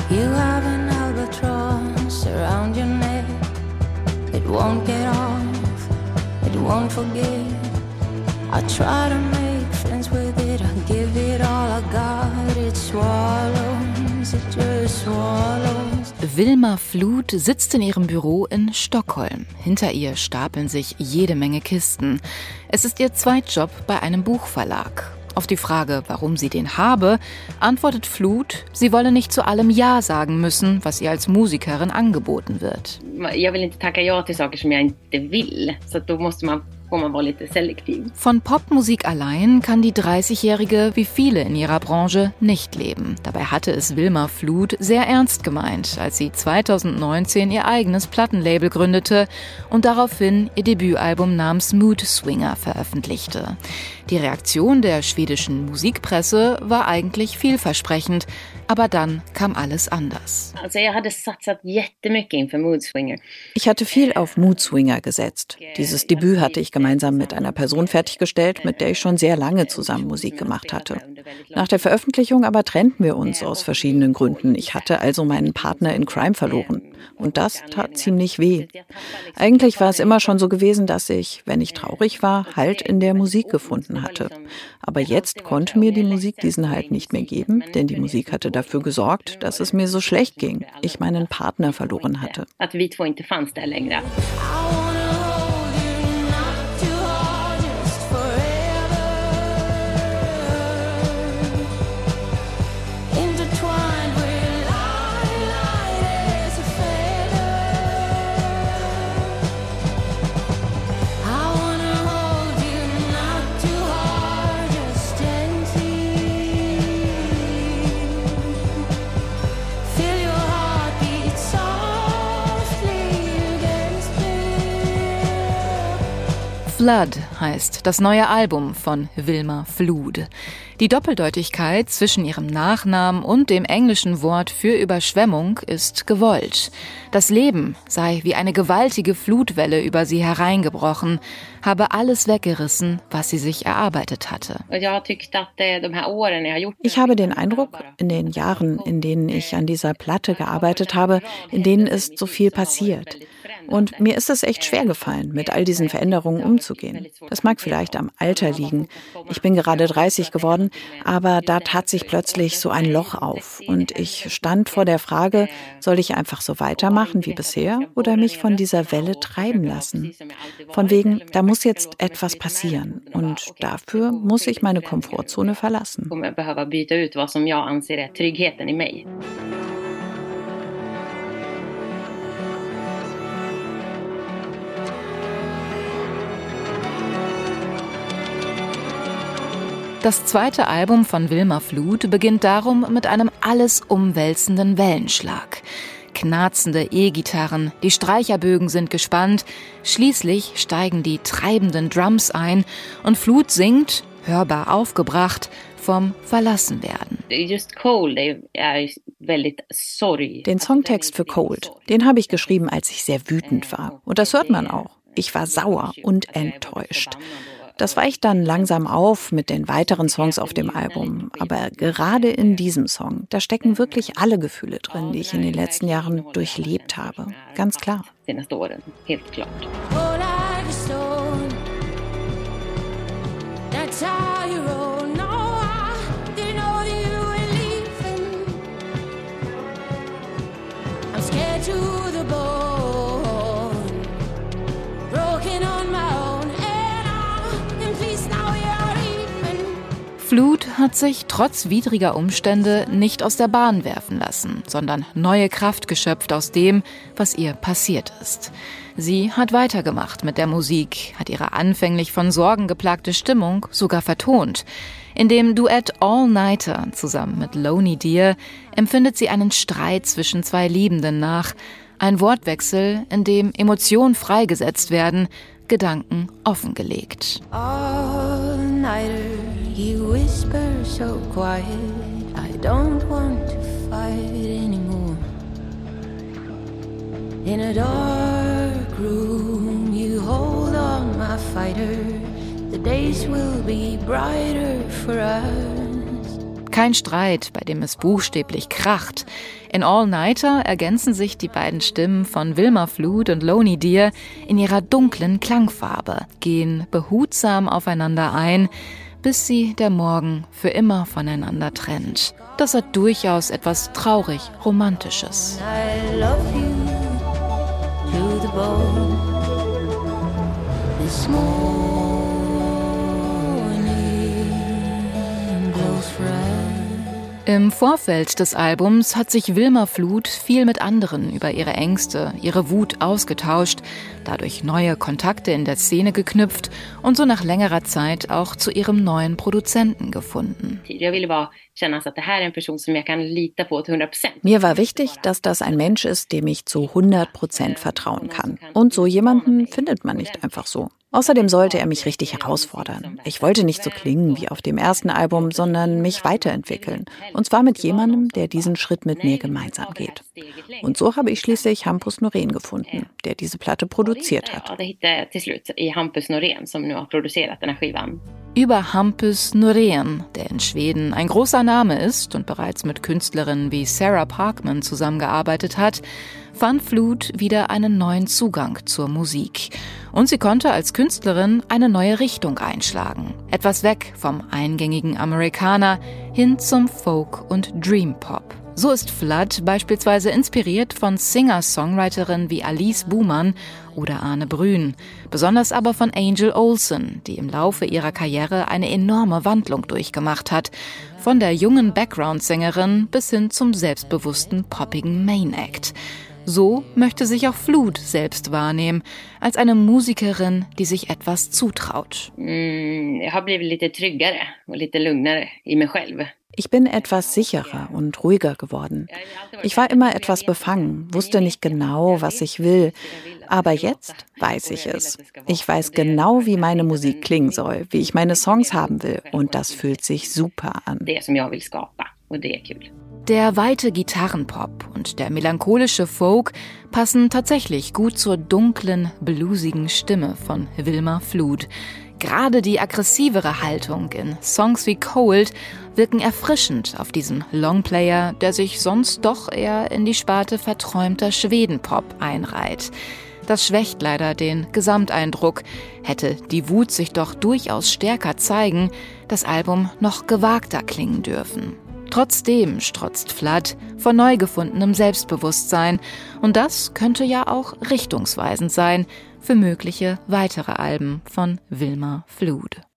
You have an albatross around your neck. It won't get off, it won't forget. I try to make friends with it, I give it all I got. It swallows, it just swallows. Wilma Flood sitzt in ihrem Büro in Stockholm. Hinter ihr stapeln sich jede Menge Kisten. Es ist ihr Zweitjob bei einem Buchverlag. Auf die Frage, warum sie den habe, antwortet Flood, sie wolle nicht zu allem Ja sagen müssen, was ihr als Musikerin angeboten wird. Jag vill inte tacka ja till saker som jag inte vill, så då måste man vara lite selektiv. Von Popmusik allein kann die 30-Jährige wie viele in ihrer Branche nicht leben. Dabei hatte es Wilma Flood sehr ernst gemeint, als sie 2019 ihr eigenes Plattenlabel gründete und daraufhin ihr Debütalbum namens Mood Swinger veröffentlichte. Die Reaktion der schwedischen Musikpresse war eigentlich vielversprechend, aber dann kam alles anders. Also jag hade satsat jättemycket inför Mood Swinger. Ich hatte viel auf Mood Swinger gesetzt. Dieses Debüt hatte ich gemeinsam mit einer Person fertiggestellt, mit der ich schon sehr lange zusammen Musik gemacht hatte. Nach der Veröffentlichung aber trennten wir uns aus verschiedenen Gründen. Ich hatte also meinen Partner in Crime verloren. Und das tat ziemlich weh. Eigentlich war es immer schon so gewesen, dass ich, wenn ich traurig war, Halt in der Musik gefunden hatte. Aber jetzt konnte mir die Musik diesen Halt nicht mehr geben, denn die Musik hatte dafür gesorgt, dass es mir so schlecht ging. Ich meinen Partner verloren hatte. Att vi två inte fanns där längre. Flood heißt das neue Album von Wilma Flood. Die Doppeldeutigkeit zwischen ihrem Nachnamen und dem englischen Wort für Überschwemmung ist gewollt. Das Leben sei wie eine gewaltige Flutwelle über sie hereingebrochen, habe alles weggerissen, was sie sich erarbeitet hatte. Ich habe den Eindruck, in den Jahren, in denen ich an dieser Platte gearbeitet habe, in denen ist so viel passiert. Und mir ist es echt schwer gefallen, mit all diesen Veränderungen umzugehen. Das mag vielleicht am Alter liegen. Ich bin gerade 30 geworden, aber da tat sich plötzlich so ein Loch auf. Und ich stand vor der Frage, soll ich einfach so weitermachen wie bisher oder mich von dieser Welle treiben lassen? Von wegen, da muss jetzt etwas passieren. Und dafür muss ich meine Komfortzone verlassen. Das zweite Album von Wilma Flood beginnt darum mit einem alles umwälzenden Wellenschlag. Knarzende E-Gitarren, die Streicherbögen sind gespannt, schließlich steigen die treibenden Drums ein und Flood singt, hörbar aufgebracht, vom Verlassenwerden. Den Songtext für Cold, den habe ich geschrieben, als ich sehr wütend war. Und das hört man auch. Ich war sauer und enttäuscht. Das weicht dann langsam auf mit den weiteren Songs auf dem Album. Aber gerade in diesem Song, da stecken wirklich alle Gefühle drin, die ich in den letzten Jahren durchlebt habe. Ganz klar. Flood hat sich trotz widriger Umstände nicht aus der Bahn werfen lassen, sondern neue Kraft geschöpft aus dem, was ihr passiert ist. Sie hat weitergemacht mit der Musik, hat ihre anfänglich von Sorgen geplagte Stimmung sogar vertont. In dem Duett All Nighter zusammen mit Lonely Deer empfindet sie einen Streit zwischen zwei Liebenden nach. Ein Wortwechsel, in dem Emotionen freigesetzt werden, Gedanken offengelegt. All nighter. You whisper so quiet, I don't want to fight anymore. In a dark room, you hold on, my fighter. The days will be brighter for us. Kein Streit, bei dem es buchstäblich kracht. In All Nighter ergänzen sich die beiden Stimmen von Wilma Flood und Loney Deer in ihrer dunklen Klangfarbe, gehen behutsam aufeinander ein, bis sie der Morgen für immer voneinander trennt. Das hat durchaus etwas traurig Romantisches. I love you to the bone. This morning, close friend. Im Vorfeld des Albums hat sich Wilma Flood viel mit anderen über ihre Ängste, ihre Wut ausgetauscht, dadurch neue Kontakte in der Szene geknüpft und so nach längerer Zeit auch zu ihrem neuen Produzenten gefunden. Mir war wichtig, dass das ein Mensch ist, dem ich zu 100% vertrauen kann. Und so jemanden findet man nicht einfach so. Außerdem sollte er mich richtig herausfordern. Ich wollte nicht so klingen wie auf dem ersten Album, sondern mich weiterentwickeln. Und zwar mit jemandem, der diesen Schritt mit mir gemeinsam geht. Und so habe ich schließlich Hampus Norén gefunden, der diese Platte produziert hat. Über Hampus Norén, der in Schweden ein großer Name ist und bereits mit Künstlerinnen wie Sarah Parkman zusammengearbeitet hat, fand Flood wieder einen neuen Zugang zur Musik. Und sie konnte als Künstlerin eine neue Richtung einschlagen. Etwas weg vom eingängigen Amerikaner hin zum Folk- und Dream-Pop. So ist Flood beispielsweise inspiriert von Singer-Songwriterinnen wie Alice Buhmann oder Arne Brün. Besonders aber von Angel Olsen, die im Laufe ihrer Karriere eine enorme Wandlung durchgemacht hat. Von der jungen Background-Sängerin bis hin zum selbstbewussten, poppigen Main-Act. So möchte sich auch Flood selbst wahrnehmen, als eine Musikerin, die sich etwas zutraut. Ich bin etwas sicherer und ruhiger geworden. Ich war immer etwas befangen, wusste nicht genau, was ich will. Aber jetzt weiß ich es. Ich weiß genau, wie meine Musik klingen soll, wie ich meine Songs haben will. Und das fühlt sich super an. Der weite Gitarrenpop und der melancholische Folk passen tatsächlich gut zur dunklen, bluesigen Stimme von Wilma Flood. Gerade die aggressivere Haltung in Songs wie Cold wirken erfrischend auf diesem Longplayer, der sich sonst doch eher in die Sparte verträumter Schwedenpop einreiht. Das schwächt leider den Gesamteindruck. Hätte die Wut sich doch durchaus stärker zeigen, das Album noch gewagter klingen dürfen. Trotzdem strotzt Flood von neu gefundenem Selbstbewusstsein. Und das könnte ja auch richtungsweisend sein für mögliche weitere Alben von Wilma Flood.